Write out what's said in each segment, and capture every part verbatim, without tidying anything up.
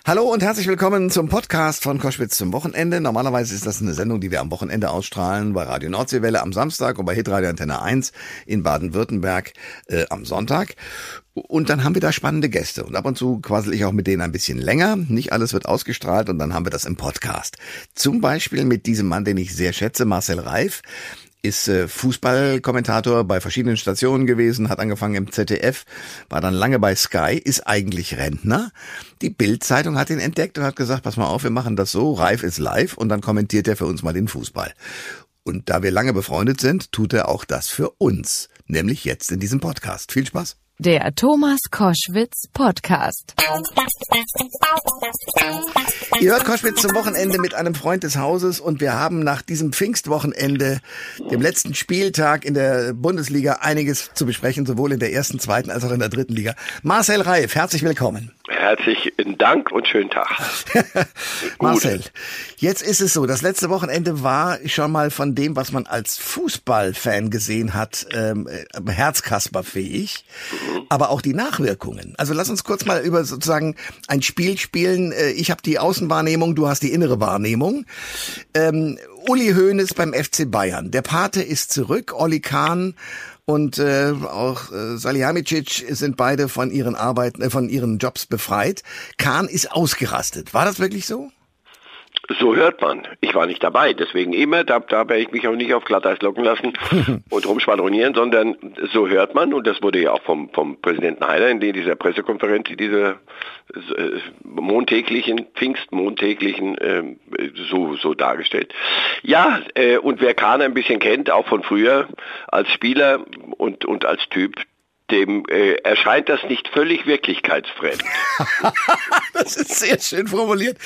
Hallo und herzlich willkommen zum Podcast von Koschwitz zum Wochenende. Normalerweise ist das eine Sendung, die wir am Wochenende ausstrahlen bei Radio Nordseewelle am Samstag und bei Hitradio Antenne eins in Baden-Württemberg äh, am Sonntag. Und dann haben wir da spannende Gäste und ab und zu quassel ich auch mit denen ein bisschen länger. Nicht alles wird ausgestrahlt und dann haben wir das im Podcast. Zum Beispiel mit diesem Mann, den ich sehr schätze, Marcel Reif. Ist äh, Fußballkommentator bei verschiedenen Stationen gewesen, hat angefangen im Z D F, war dann lange bei Sky, ist eigentlich Rentner. Die Bild-Zeitung hat ihn entdeckt und hat gesagt, pass mal auf, wir machen das so, Reif ist live und dann kommentiert er für uns mal den Fußball. Und da wir lange befreundet sind, tut er auch das für uns, nämlich jetzt in diesem Podcast. Viel Spaß. Der Thomas Koschwitz Podcast. Ihr hört Koschwitz zum Wochenende mit einem Freund des Hauses und wir haben nach diesem Pfingstwochenende, dem letzten Spieltag in der Bundesliga, einiges zu besprechen, sowohl in der ersten, zweiten als auch in der dritten Liga. Marcel Reif, herzlich willkommen. Herzlichen Dank und schönen Tag. Marcel, jetzt ist es so, das letzte Wochenende war schon mal von dem, was man als Fußballfan gesehen hat, ähm, herzkasperfähig, mhm. aber auch die Nachwirkungen. Also lass uns kurz mal über sozusagen ein Spiel spielen. Ich habe die Außenwahrnehmung, du hast die innere Wahrnehmung. Ähm, Uli Hoeneß beim F C Bayern. Der Pate ist zurück, Oli Kahn und äh, auch äh, Salihamidzic sind beide von ihren Arbeiten, äh, von ihren Jobs befreit. Kahn ist ausgerastet. War das wirklich so? So hört man. Ich war nicht dabei, deswegen immer, da, da werde ich mich auch nicht auf Glatteis locken lassen und rumschwadronieren, sondern so hört man, und das wurde ja auch vom, vom Präsidenten Heider in dieser Pressekonferenz, in dieser äh, montäglichen, pfingstmontäglichen, äh, so, so dargestellt. Ja, äh, und wer Kahn ein bisschen kennt, auch von früher, als Spieler und, und als Typ, dem äh, erscheint das nicht völlig wirklichkeitsfremd. Das ist sehr schön formuliert.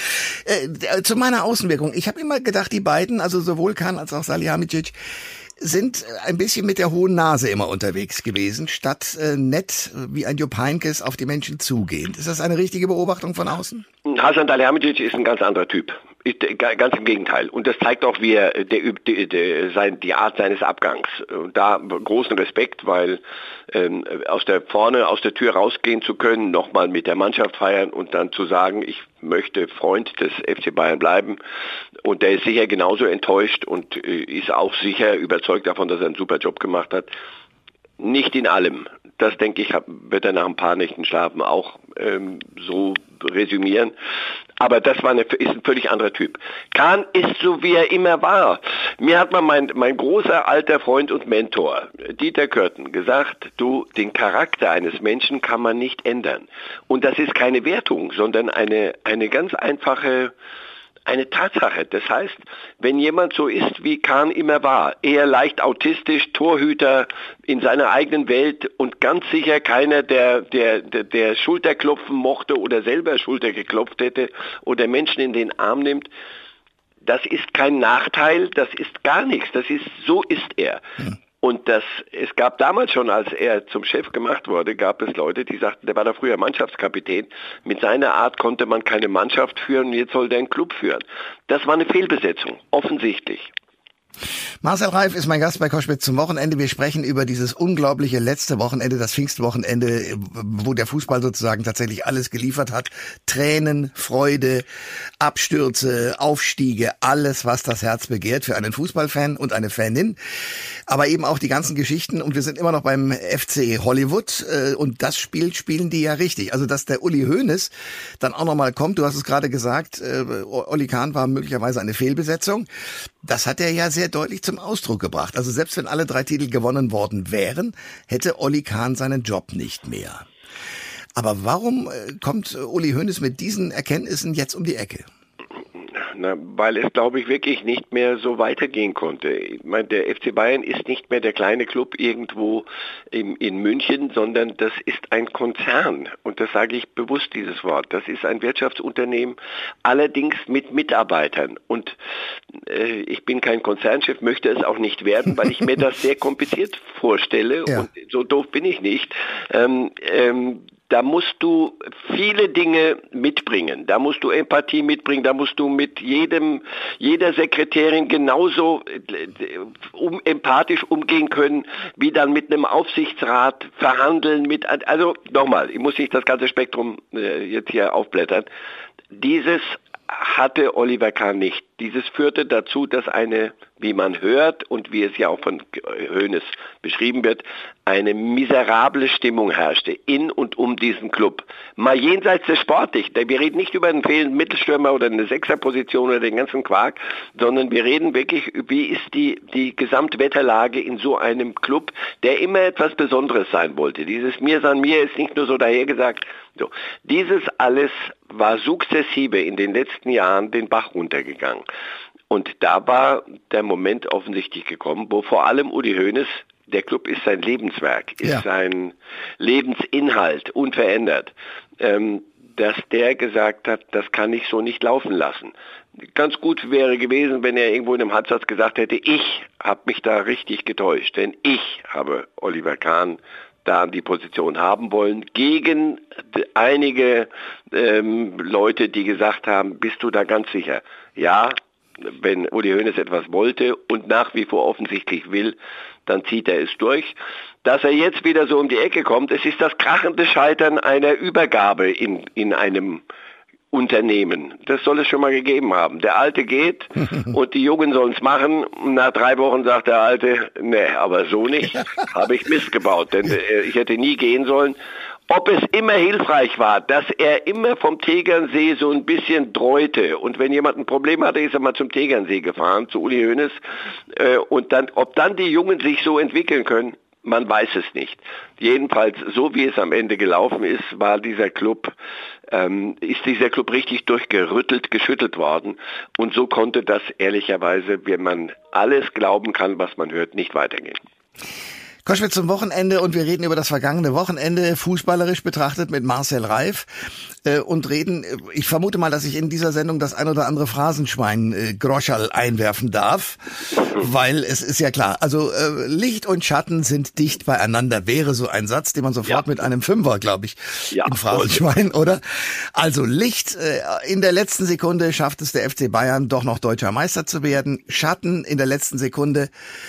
Äh, zu meiner Außenwirkung. Ich habe immer gedacht, die beiden, also sowohl Kahn als auch Salihamidzic, sind ein bisschen mit der hohen Nase immer unterwegs gewesen, statt äh, nett wie ein Jupp Heynckes auf die Menschen zugehend. Ist das eine richtige Beobachtung von außen? Hasan Salihamidzic ist ein ganz anderer Typ. Ich, ganz im Gegenteil. Und das zeigt auch, wie er der, der, der, sein, die Art seines Abgangs. Und da großen Respekt, weil ähm, aus der vorne aus der Tür rausgehen zu können, nochmal mit der Mannschaft feiern und dann zu sagen, ich möchte Freund des F C Bayern bleiben. Und der ist sicher genauso enttäuscht und äh, ist auch sicher überzeugt davon, dass er einen super Job gemacht hat. Nicht in allem. Das, denke ich, wird er nach ein paar Nächten Schlafen auch ähm, so resümieren. Aber das war eine, ist ein völlig anderer Typ. Kahn ist so, wie er immer war. Mir hat mal mein, mein großer alter Freund und Mentor, Dieter Kürten, gesagt, du, den Charakter eines Menschen kann man nicht ändern. Und das ist keine Wertung, sondern eine, eine ganz einfache eine Tatsache. Das heißt, wenn jemand so ist, wie Kahn immer war, eher leicht autistisch, Torhüter in seiner eigenen Welt und ganz sicher keiner, der, der, der, der Schulterklopfen mochte oder selber Schulter geklopft hätte oder Menschen in den Arm nimmt, das ist kein Nachteil, das ist gar nichts. Das ist, so ist er. Hm. Und das, es gab damals schon, als er zum Chef gemacht wurde, gab es Leute, die sagten, der war da früher Mannschaftskapitän. Mit seiner Art konnte man keine Mannschaft führen und jetzt soll der einen Club führen. Das war eine Fehlbesetzung, offensichtlich. Marcel Reif ist mein Gast bei Koschwitz zum Wochenende. Wir sprechen über dieses unglaubliche letzte Wochenende, das Pfingstwochenende, wo der Fußball sozusagen tatsächlich alles geliefert hat. Tränen, Freude, Abstürze, Aufstiege, alles, was das Herz begehrt für einen Fußballfan und eine Fanin. Aber eben auch die ganzen Geschichten. Und wir sind immer noch beim F C Hollywood. Und das Spiel spielen die ja richtig. Also, dass der Uli Hoeneß dann auch nochmal kommt. Du hast es gerade gesagt, Oli Kahn war möglicherweise eine Fehlbesetzung. Das hat er ja sehr deutlich zum Ausdruck gebracht. Also selbst wenn alle drei Titel gewonnen worden wären, hätte Oli Kahn seinen Job nicht mehr. Aber warum kommt Uli Hoeneß mit diesen Erkenntnissen jetzt um die Ecke? Na, weil es, glaube ich, wirklich nicht mehr so weitergehen konnte. Ich meine, der F C Bayern ist nicht mehr der kleine Club irgendwo in, in München, sondern das ist ein Konzern. Und das sage ich bewusst, dieses Wort. Das ist ein Wirtschaftsunternehmen, allerdings mit Mitarbeitern. Und äh, ich bin kein Konzernchef, möchte es auch nicht werden, weil ich mir das sehr kompliziert vorstelle. Ja. Und so doof bin ich nicht. Ähm, ähm, da musst du viele Dinge mitbringen. Da musst du Empathie mitbringen, da musst du mit jedem, jeder Sekretärin genauso um, empathisch umgehen können, wie dann mit einem Aufsichtsrat verhandeln. Mit, also nochmal, ich muss nicht das ganze Spektrum äh, jetzt hier aufblättern. Dieses hatte Oliver Kahn nicht. Dieses führte dazu, dass eine, wie man hört und wie es ja auch von Hoeneß beschrieben wird, eine miserable Stimmung herrschte in und um diesen Club. Mal jenseits des Sportlichen. Wir reden nicht über einen fehlenden Mittelstürmer oder eine Sechserposition oder den ganzen Quark, sondern wir reden wirklich, wie ist die, die Gesamtwetterlage in so einem Club, der immer etwas Besonderes sein wollte. Dieses Mir san mir ist nicht nur so dahergesagt. So. Dieses alles war sukzessive in den letzten Jahren den Bach runtergegangen. Und da war der Moment offensichtlich gekommen, wo vor allem Uli Hoeneß, der Club ist sein Lebenswerk, ist ja. sein Lebensinhalt, unverändert, ähm, dass der gesagt hat, das kann ich so nicht laufen lassen. Ganz gut wäre gewesen, wenn er irgendwo in einem Halbsatz gesagt hätte, ich habe mich da richtig getäuscht, denn ich habe Oliver Kahn da die Position haben wollen, gegen einige ähm, Leute, die gesagt haben, bist du da ganz sicher? Ja, wenn Uli Hoeneß etwas wollte und nach wie vor offensichtlich will, dann zieht er es durch. Dass er jetzt wieder so um die Ecke kommt, es ist das krachende Scheitern einer Übergabe in, in einem Unternehmen. Das soll es schon mal gegeben haben. Der Alte geht und die Jungen sollen es machen. Nach drei Wochen sagt der Alte, nee, aber so nicht. Habe ich Mist gebaut, denn äh, ich hätte nie gehen sollen. Ob es immer hilfreich war, dass er immer vom Tegernsee so ein bisschen dreute und wenn jemand ein Problem hatte, ist er mal zum Tegernsee gefahren, zu Uli Hoeneß äh, und dann, ob dann die Jungen sich so entwickeln können, man weiß es nicht. Jedenfalls, so wie es am Ende gelaufen ist, war dieser Club, ähm, ist dieser Club richtig durchgerüttelt, geschüttelt worden. Und so konnte das ehrlicherweise, wenn man alles glauben kann, was man hört, nicht weitergehen. Koschwitz zum Wochenende und wir reden über das vergangene Wochenende, fußballerisch betrachtet mit Marcel Reif äh, und reden, ich vermute mal, dass ich in dieser Sendung das ein oder andere Phrasenschwein äh, Groscherl einwerfen darf, weil es ist ja klar, also äh, Licht und Schatten sind dicht beieinander, wäre so ein Satz, den man sofort ja. mit einem Fünfer, glaube ich, ja, im Phrasenschwein, oder? Also Licht, äh, in der letzten Sekunde schafft es der F C Bayern doch noch deutscher Meister zu werden, Schatten in der letzten Sekunde,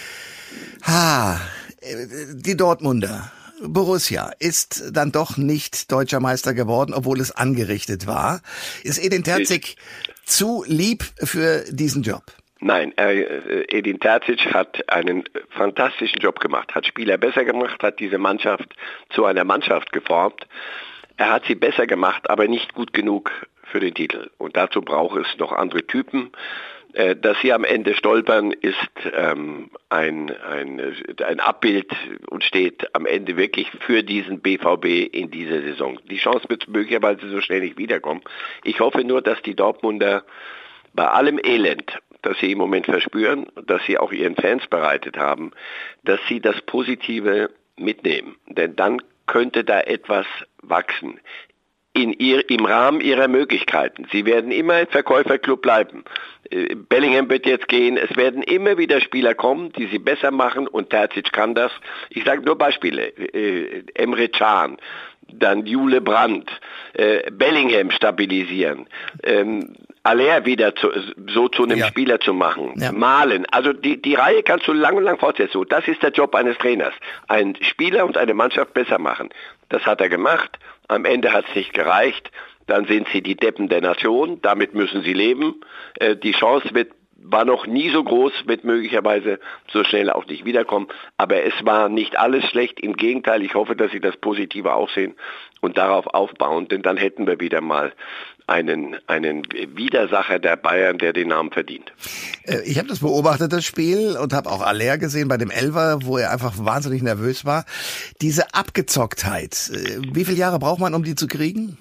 ha, die Dortmunder, Borussia, ist dann doch nicht deutscher Meister geworden, obwohl es angerichtet war. Ist Edin Terzic zu lieb für diesen Job? Nein, äh, Edin Terzic hat einen fantastischen Job gemacht, hat Spieler besser gemacht, hat diese Mannschaft zu einer Mannschaft geformt. Er hat sie besser gemacht, aber nicht gut genug für den Titel. Und dazu braucht es noch andere Typen. Dass sie am Ende stolpern, ist ähm, ein, ein, ein Abbild und steht am Ende wirklich für diesen B V B in dieser Saison. Die Chance wird möglicherweise so schnell nicht wiederkommen. Ich hoffe nur, dass die Dortmunder bei allem Elend, das sie im Moment verspüren, das sie auch ihren Fans bereitet haben, dass sie das Positive mitnehmen. Denn dann könnte da etwas wachsen. In ihr, im Rahmen ihrer Möglichkeiten. Sie werden immer ein Verkäuferclub bleiben. Bellingham wird jetzt gehen. Es werden immer wieder Spieler kommen, die sie besser machen und Terzic kann das. Ich sage nur Beispiele. Äh, Emre Can, dann Jule Brandt, äh, Bellingham stabilisieren, ähm, Aller wieder zu, so zu einem ja. Spieler zu machen, ja. malen. Also die, die Reihe kannst du lang und lang fortsetzen. So, das ist der Job eines Trainers. Ein Spieler und eine Mannschaft besser machen. Das hat er gemacht. Am Ende hat es nicht gereicht. Dann sind sie die Deppen der Nation. Damit müssen sie leben. Äh, die Chance wird war noch nie so groß, wird möglicherweise so schnell auch nicht wiederkommen. Aber es war nicht alles schlecht. Im Gegenteil, ich hoffe, dass Sie das Positive auch sehen und darauf aufbauen, denn dann hätten wir wieder mal einen, einen Widersacher der Bayern, der den Namen verdient. Ich habe das beobachtet, das Spiel, und habe auch Aller gesehen bei dem Elfer, wo er einfach wahnsinnig nervös war. Diese Abgezocktheit, wie viele Jahre braucht man, um die zu kriegen?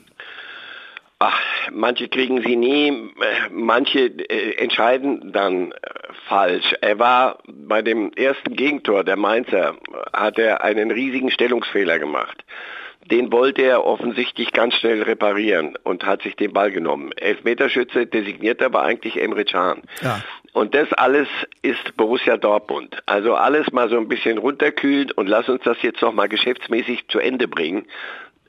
Ach, manche kriegen sie nie, manche äh, entscheiden dann äh, falsch. Er war bei dem ersten Gegentor der Mainzer, hat er einen riesigen Stellungsfehler gemacht. Den wollte er offensichtlich ganz schnell reparieren und hat sich den Ball genommen. Elfmeterschütze, designierter war eigentlich Emre Can. Ja. Und das alles ist Borussia Dortmund. Also alles mal so ein bisschen runterkühlen und lass uns das jetzt noch mal geschäftsmäßig zu Ende bringen.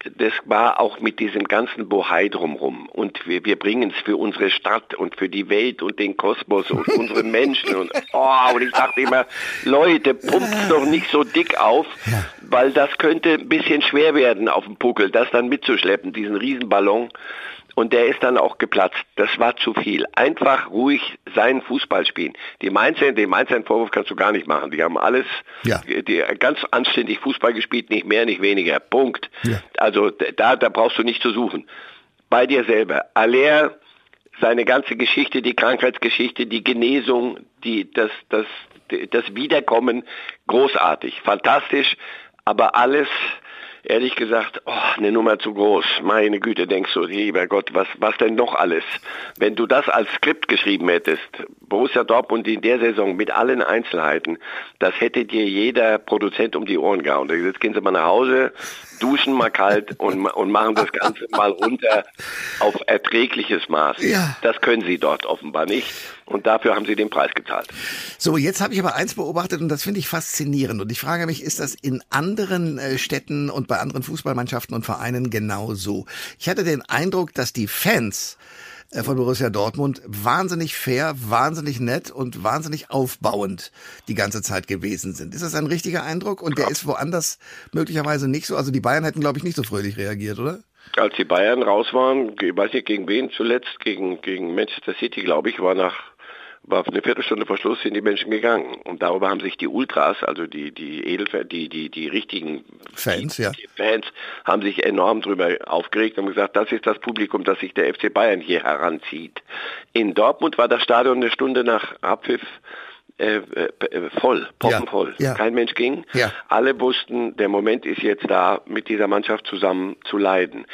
das war auch mit diesem ganzen Bohai drumherum. Und wir, wir bringen es für unsere Stadt und für die Welt und den Kosmos und unsere Menschen. Und, oh, und ich dachte immer, Leute, pumpt doch nicht so dick auf, ja. weil das könnte ein bisschen schwer werden auf dem Puckel, das dann mitzuschleppen, diesen Riesenballon. Und der ist dann auch geplatzt. Das war zu viel. Einfach ruhig seinen Fußball spielen. Die Mainzer, den Mainzer einen Vorwurf kannst du gar nicht machen. Die haben alles ja. die, ganz anständig Fußball gespielt, nicht mehr, nicht weniger. Punkt. Ja. Also da, da brauchst du nicht zu suchen. Bei dir selber. Aller, seine ganze Geschichte, die Krankheitsgeschichte, die Genesung, die, das, das, das Wiederkommen, großartig, fantastisch, aber alles... Ehrlich gesagt, oh, eine Nummer zu groß. Meine Güte, denkst du, lieber Gott, was, was denn noch alles? Wenn du das als Skript geschrieben hättest, Borussia Dortmund in der Saison mit allen Einzelheiten, das hätte dir jeder Produzent um die Ohren gehauen. Jetzt gehen sie mal nach Hause, duschen mal kalt und, und machen das Ganze mal runter auf erträgliches Maß. Ja. Das können sie dort offenbar nicht. Und dafür haben sie den Preis gezahlt. So, jetzt habe ich aber eins beobachtet und das finde ich faszinierend. Und ich frage mich, ist das in anderen äh, Städten und bei anderen Fußballmannschaften und Vereinen genauso? Ich hatte den Eindruck, dass die Fans äh, von Borussia Dortmund wahnsinnig fair, wahnsinnig nett und wahnsinnig aufbauend die ganze Zeit gewesen sind. Ist das ein richtiger Eindruck? Und der ja. ist woanders möglicherweise nicht so? Also die Bayern hätten, glaube ich, nicht so fröhlich reagiert, oder? Als die Bayern raus waren, ich weiß nicht gegen wen zuletzt, gegen, gegen Manchester City, glaube ich, war nach war eine Viertelstunde vor Schluss sind die Menschen gegangen. Und darüber haben sich die Ultras, also die, die Edelfans, die, die, die richtigen Fans, die, ja. die Fans, haben sich enorm drüber aufgeregt und gesagt, das ist das Publikum, das sich der F C Bayern hier heranzieht. In Dortmund war das Stadion eine Stunde nach Abpfiff Äh, äh, voll, poppenvoll. Ja, ja. Kein Mensch ging. Ja. Alle wussten, der Moment ist jetzt da, mit dieser Mannschaft zusammen zu leiden.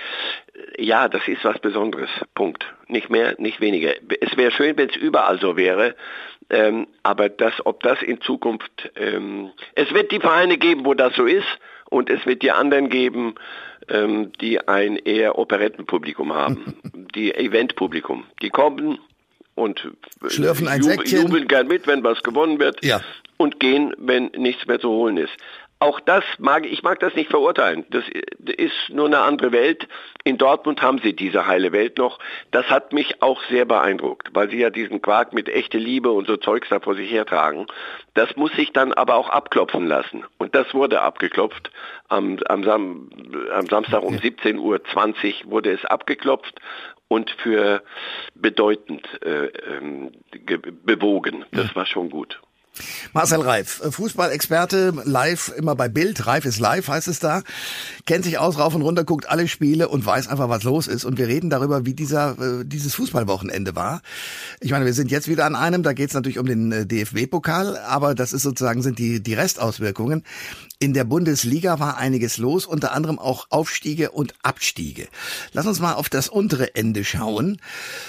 Ja, das ist was Besonderes. Punkt. Nicht mehr, nicht weniger. Es wäre schön, wenn es überall so wäre. Ähm, aber das, ob das in Zukunft, ähm, es wird die Vereine geben, wo das so ist. Und es wird die anderen geben, ähm, die ein eher Operettenpublikum haben. Die Eventpublikum. Die kommen und schlürfen ein jubeln, Säckchen. jubeln gern mit, wenn was gewonnen wird, ja. und gehen, wenn nichts mehr zu holen ist. Auch das mag ich mag das nicht verurteilen. Das ist nur eine andere Welt. In Dortmund haben sie diese heile Welt noch. Das hat mich auch sehr beeindruckt, weil sie ja diesen Quark mit echter Liebe und so Zeugs da vor sich hertragen. Das muss sich dann aber auch abklopfen lassen. Und das wurde abgeklopft. Am, am, Sam, am Samstag um siebzehn Uhr zwanzig wurde es abgeklopft und für bedeutend äh, ähm, bewogen. Das war schon gut. Marcel Reif, Fußballexperte, live immer bei Bild, Reif ist live, heißt es da, kennt sich aus, rauf und runter, guckt alle Spiele und weiß einfach, was los ist. Und wir reden darüber, wie dieser dieses Fußballwochenende war. Ich meine, wir sind jetzt wieder an einem, da geht es natürlich um den D F B-Pokal, aber das ist sozusagen, sind die die Restauswirkungen. In der Bundesliga war einiges los, unter anderem auch Aufstiege und Abstiege. Lass uns mal auf das untere Ende schauen.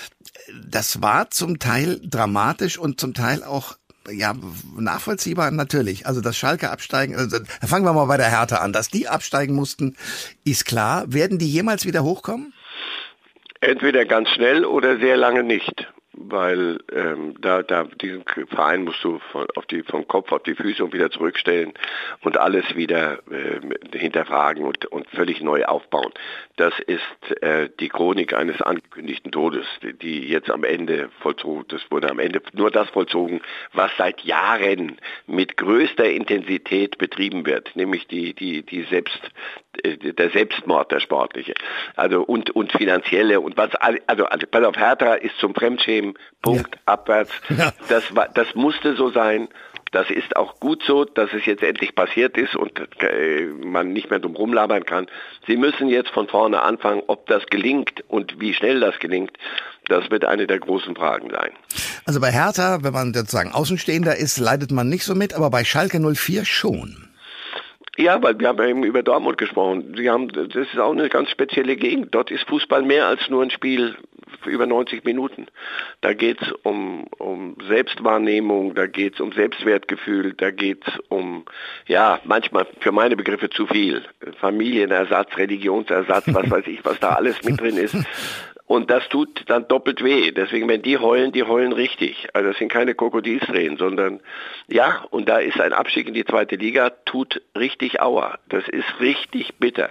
Das war zum Teil dramatisch und zum Teil auch ja, nachvollziehbar natürlich. Also das Schalke absteigen, also fangen wir mal bei der Hertha an. Dass die absteigen mussten, ist klar. Werden die jemals wieder hochkommen? Entweder ganz schnell oder sehr lange nicht. Weil ähm, da, da diesen Verein musst du von, auf die, vom Kopf auf die Füße und wieder zurückstellen und alles wieder äh, hinterfragen und, und völlig neu aufbauen. Das ist äh, die Chronik eines angekündigten Todes, die, die jetzt am Ende vollzogen, das wurde am Ende nur das vollzogen, was seit Jahren mit größter Intensität betrieben wird, nämlich die, die, die Selbst, äh, der Selbstmord, der sportliche. Also und, und finanzielle und was, also, also pass auf, Hertha ist zum Fremdschämen Punkt, ja. abwärts. Ja. Das war, das musste so sein. Das ist auch gut so, dass es jetzt endlich passiert ist und äh, man nicht mehr drum rumlabern kann. Sie müssen jetzt von vorne anfangen, ob das gelingt und wie schnell das gelingt. Das wird eine der großen Fragen sein. Also bei Hertha, wenn man sozusagen Außenstehender ist, leidet man nicht so mit, aber bei Schalke null vier schon. Ja, weil wir haben eben über Dortmund gesprochen. Sie haben, das ist auch eine ganz spezielle Gegend. Dort ist Fußball mehr als nur ein Spiel für über neunzig Minuten. Da geht's um, um Selbstwahrnehmung, da geht's um Selbstwertgefühl, da geht's um, ja, manchmal für meine Begriffe zu viel. Familienersatz, Religionsersatz, was weiß ich, was da alles mit drin ist. Und das tut dann doppelt weh. Deswegen, wenn die heulen, die heulen richtig. Also das sind keine Krokodilstränen, sondern ja, und da ist ein Abstieg in die zweite Liga, tut richtig Aua. Das ist richtig bitter.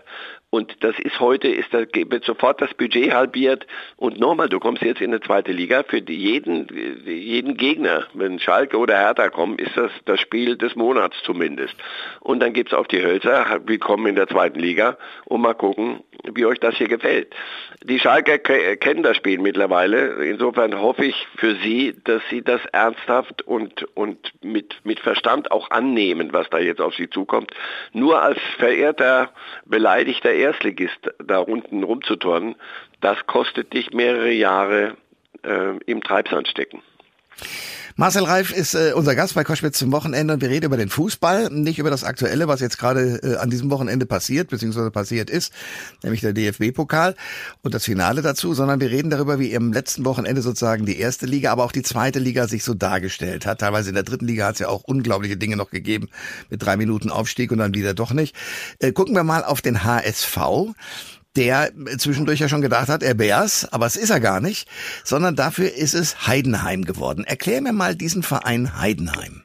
Und das ist heute, ist da wird sofort das Budget halbiert. Und nochmal, du kommst jetzt in eine zweite Liga. Für die, jeden, jeden Gegner, wenn Schalke oder Hertha kommen, ist das das Spiel des Monats zumindest. Und dann gibt's auf die Hölzer, willkommen in der zweiten Liga, und mal gucken, wie euch das hier gefällt. Die Schalker k- kennen das Spiel mittlerweile. Insofern hoffe ich für sie, dass sie das ernsthaft und, und mit, mit Verstand auch annehmen, was da jetzt auf sie zukommt. Nur als verehrter, beleidigter Erstligist da unten rumzuturnen, das kostet dich mehrere Jahre äh, im Treibsand stecken. Marcel Reif ist äh, unser Gast bei Koschwitz zum Wochenende und wir reden über den Fußball, nicht über das Aktuelle, was jetzt gerade äh, an diesem Wochenende passiert, beziehungsweise passiert ist, nämlich der D F B-Pokal und das Finale dazu, sondern wir reden darüber, wie im letzten Wochenende sozusagen die erste Liga, aber auch die zweite Liga sich so dargestellt hat. Teilweise in der dritten Liga hat es ja auch unglaubliche Dinge noch gegeben, mit drei Minuten Aufstieg und dann wieder doch nicht. Äh, gucken wir mal auf den H S V. Der zwischendurch ja schon gedacht hat, er wär's, aber es ist er gar nicht, sondern dafür ist es Heidenheim geworden. Erklär mir mal diesen Verein Heidenheim.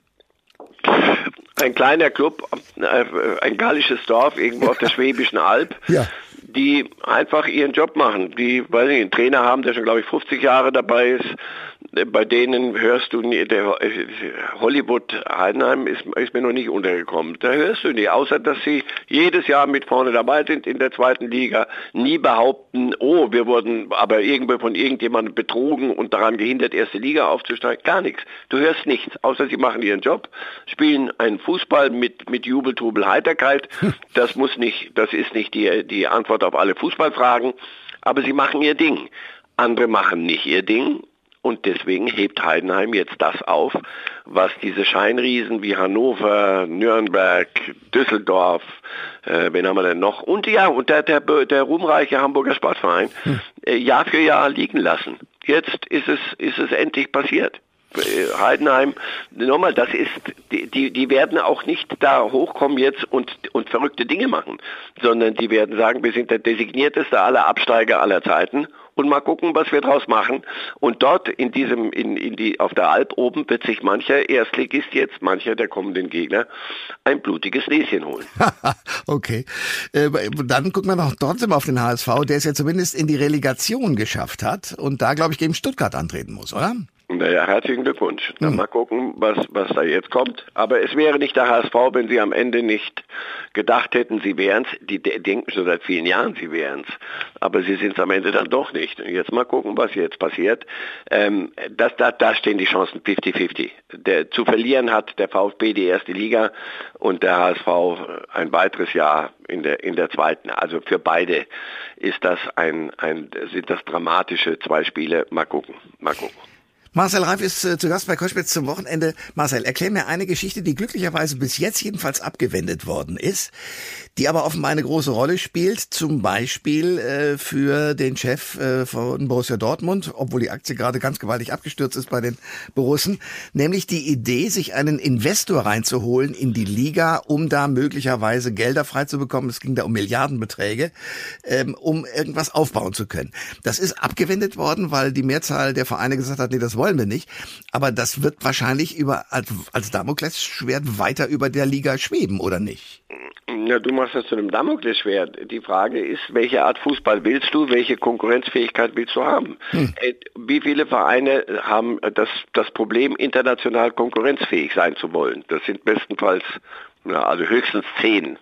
Ein kleiner Club, ein gallisches Dorf irgendwo auf der Schwäbischen Alb, ja, die einfach ihren Job machen. Die, weil sie einen Trainer haben, der schon, glaube ich, fünfzig Jahre dabei ist. Bei denen hörst du nie, der Hollywood Heidenheim ist, ist mir noch nicht untergekommen. Da hörst du nie, außer dass sie jedes Jahr mit vorne dabei sind in der zweiten Liga, nie behaupten, oh, wir wurden aber irgendwo von irgendjemandem betrogen und daran gehindert, erste Liga aufzusteigen. Gar nichts. Du hörst nichts, außer sie machen ihren Job, spielen einen Fußball mit, mit Jubel, Trubel, Heiterkeit. Das muss nicht, das ist nicht die, die Antwort auf alle Fußballfragen, aber sie machen ihr Ding. Andere machen nicht ihr Ding. Und deswegen hebt Heidenheim jetzt das auf, was diese Scheinriesen wie Hannover, Nürnberg, Düsseldorf, äh, wen haben wir denn noch? Und ja, und der, der, der ruhmreiche Hamburger Sportverein hm. äh, Jahr für Jahr liegen lassen. Jetzt ist es, ist es endlich passiert. Heidenheim, nochmal, das ist, die, die, die werden auch nicht da hochkommen jetzt und, und verrückte Dinge machen, sondern die werden sagen, wir sind der designierteste aller Absteiger aller Zeiten und mal gucken, was wir draus machen. Und dort in diesem, in, in die, auf der Alp oben wird sich mancher Erstligist jetzt, mancher der kommenden Gegner, ein blutiges Näschen holen. Okay. Äh, dann gucken wir noch trotzdem auf den H S V, der es ja zumindest in die Relegation geschafft hat und da, glaube ich, gegen Stuttgart antreten muss, oder? Naja, herzlichen Glückwunsch. Dann hm. mal gucken, was, was da jetzt kommt. Aber es wäre nicht der H S V, wenn sie am Ende nicht gedacht hätten, sie wären's. Die denken schon seit vielen Jahren, sie wären's. Aber sie sind es am Ende dann doch nicht. Und jetzt mal gucken, was jetzt passiert. Ähm, das, da, da stehen die Chancen fünfzig fünfzig. Der, zu verlieren hat der VfB die erste Liga und der H S V ein weiteres Jahr in der, in der zweiten. Also für beide ist das ein, ein, sind das dramatische zwei Spiele. Mal gucken, mal gucken. Marcel Reif ist äh, zu Gast bei Koschwitz zum Wochenende. Marcel, erklär mir eine Geschichte, die glücklicherweise bis jetzt jedenfalls abgewendet worden ist, die aber offenbar eine große Rolle spielt, zum Beispiel äh, für den Chef äh, von Borussia Dortmund, obwohl die Aktie gerade ganz gewaltig abgestürzt ist bei den Borussen, nämlich die Idee, sich einen Investor reinzuholen in die Liga, um da möglicherweise Gelder freizubekommen. Es ging da um Milliardenbeträge, ähm, um irgendwas aufbauen zu können. Das ist abgewendet worden, weil die Mehrzahl der Vereine gesagt hat, nee, das wollen wir nicht. Aber das wird wahrscheinlich über als, als Damoklesschwert weiter über der Liga schweben, oder nicht? Ja, du machst das zu einem Damoklesschwert. Die Frage ist, welche Art Fußball willst du, welche Konkurrenzfähigkeit willst du haben? Hm. Wie viele Vereine haben das, das Problem, international konkurrenzfähig sein zu wollen? Das sind bestenfalls, na, also höchstens zehn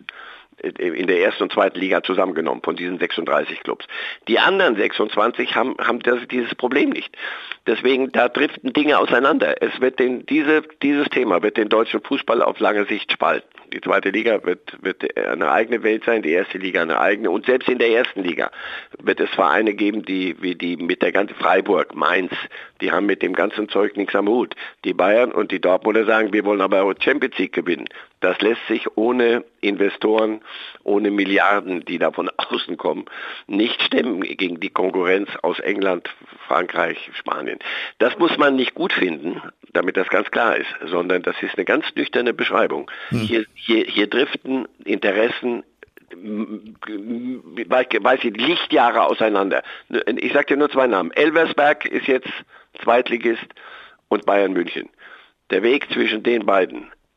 in der ersten und zweiten Liga zusammengenommen von diesen sechsunddreißig Clubs. Die anderen sechsundzwanzig haben, haben das, dieses Problem nicht. Deswegen, da driften Dinge auseinander. Es wird den, diese, dieses Thema wird den deutschen Fußball auf lange Sicht spalten. Die zweite Liga wird, wird eine eigene Welt sein, die erste Liga eine eigene. Und selbst in der ersten Liga wird es Vereine geben, die, wie die mit der ganzen Freiburg, Mainz, die haben mit dem ganzen Zeug nichts am Hut. Die Bayern und die Dortmunder sagen, wir wollen aber auch Champions League gewinnen. Das lässt sich ohne Investoren, ohne Milliarden, die da von außen kommen, nicht stemmen gegen die Konkurrenz aus England, Frankreich, Spanien. Das muss man nicht gut finden, damit das ganz klar ist, sondern das ist eine ganz nüchterne Beschreibung. Hm. Hier, hier, hier driften Interessen, weiß ich, Lichtjahre auseinander. Ich sage dir nur zwei Namen. Elversberg ist jetzt Zweitligist und Bayern München. Der Weg zwischen den beiden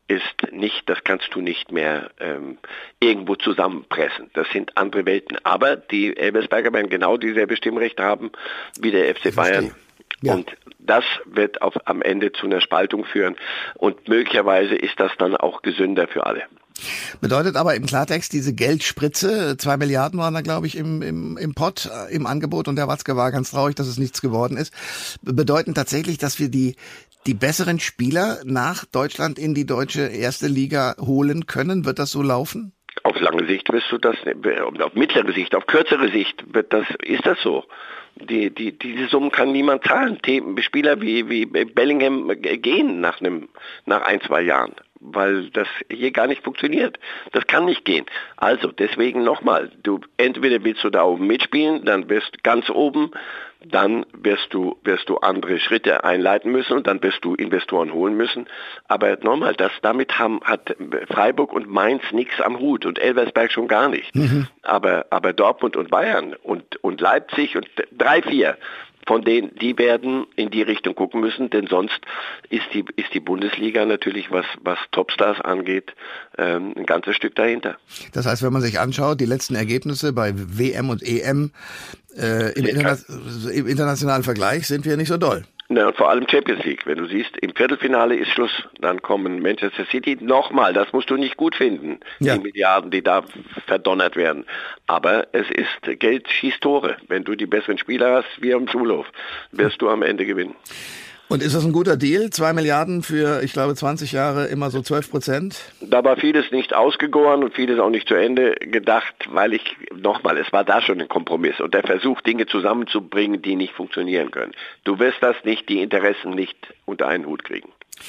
ist nicht, das kannst du nicht mehr ähm, irgendwo zusammenpressen. Das sind andere Welten. Aber die Elversberger werden genau dieselbe Stimmrechte haben wie der F C Bayern. Ja. Und das wird auf, am Ende zu einer Spaltung führen. Und möglicherweise ist das dann auch gesünder für alle. Bedeutet aber im Klartext, diese Geldspritze, zwei Milliarden waren da, glaube ich, im, im, im Pott, im Angebot, und der Watzke war ganz traurig, dass es nichts geworden ist, bedeuten tatsächlich, dass wir die die besseren Spieler nach Deutschland in die deutsche erste Liga holen können? Wird das so laufen? Auf lange Sicht wirst du das, auf mittlere Sicht, auf kürzere Sicht wird das, ist das so. Die, die, diese Summen kann niemand zahlen. Spieler wie, wie Bellingham gehen nach einem, nach ein, zwei Jahren, weil das hier gar nicht funktioniert. Das kann nicht gehen. Also deswegen nochmal, du entweder willst du da oben mitspielen, dann bist du ganz oben, dann wirst du wirst du andere Schritte einleiten müssen und dann wirst du Investoren holen müssen. Aber nochmal, das damit haben hat Freiburg und Mainz nichts am Hut und Elversberg schon gar nicht. Mhm. Aber aber Dortmund und Bayern und und Leipzig und drei, vier von denen, die werden in die Richtung gucken müssen, denn sonst ist die ist die Bundesliga natürlich, was was Topstars angeht, ähm, ein ganzes Stück dahinter. Das heißt, wenn man sich anschaut, die letzten Ergebnisse bei W M und E M äh, im, Interna- im internationalen Vergleich sind wir nicht so doll. Na, und vor allem Champions League. Wenn du siehst, im Viertelfinale ist Schluss. Dann kommen Manchester City nochmal. Das musst du nicht gut finden, ja. Die Milliarden, die da verdonnert werden. Aber es ist, Geld schießt Tore. Wenn du die besseren Spieler hast, wie am Schulhof, wirst du am Ende gewinnen. Und ist das ein guter Deal? Zwei Milliarden für, ich glaube, zwanzig Jahre, immer so zwölf Prozent? Da war vieles nicht ausgegoren und vieles auch nicht zu Ende gedacht, weil ich, nochmal, es war da schon ein Kompromiss und der Versuch, Dinge zusammenzubringen, die nicht funktionieren können. Du wirst das nicht, die Interessen nicht unter einen Hut kriegen.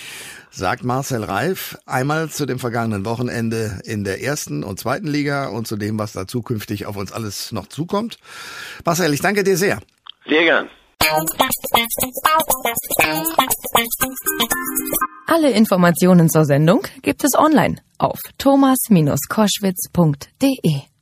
Sagt Marcel Reif einmal zu dem vergangenen Wochenende in der ersten und zweiten Liga und zu dem, was da zukünftig auf uns alles noch zukommt. Marcel, ich danke dir sehr. Sehr gern. Alle Informationen zur Sendung gibt es online auf thomas Bindestrich koschwitz punkt de.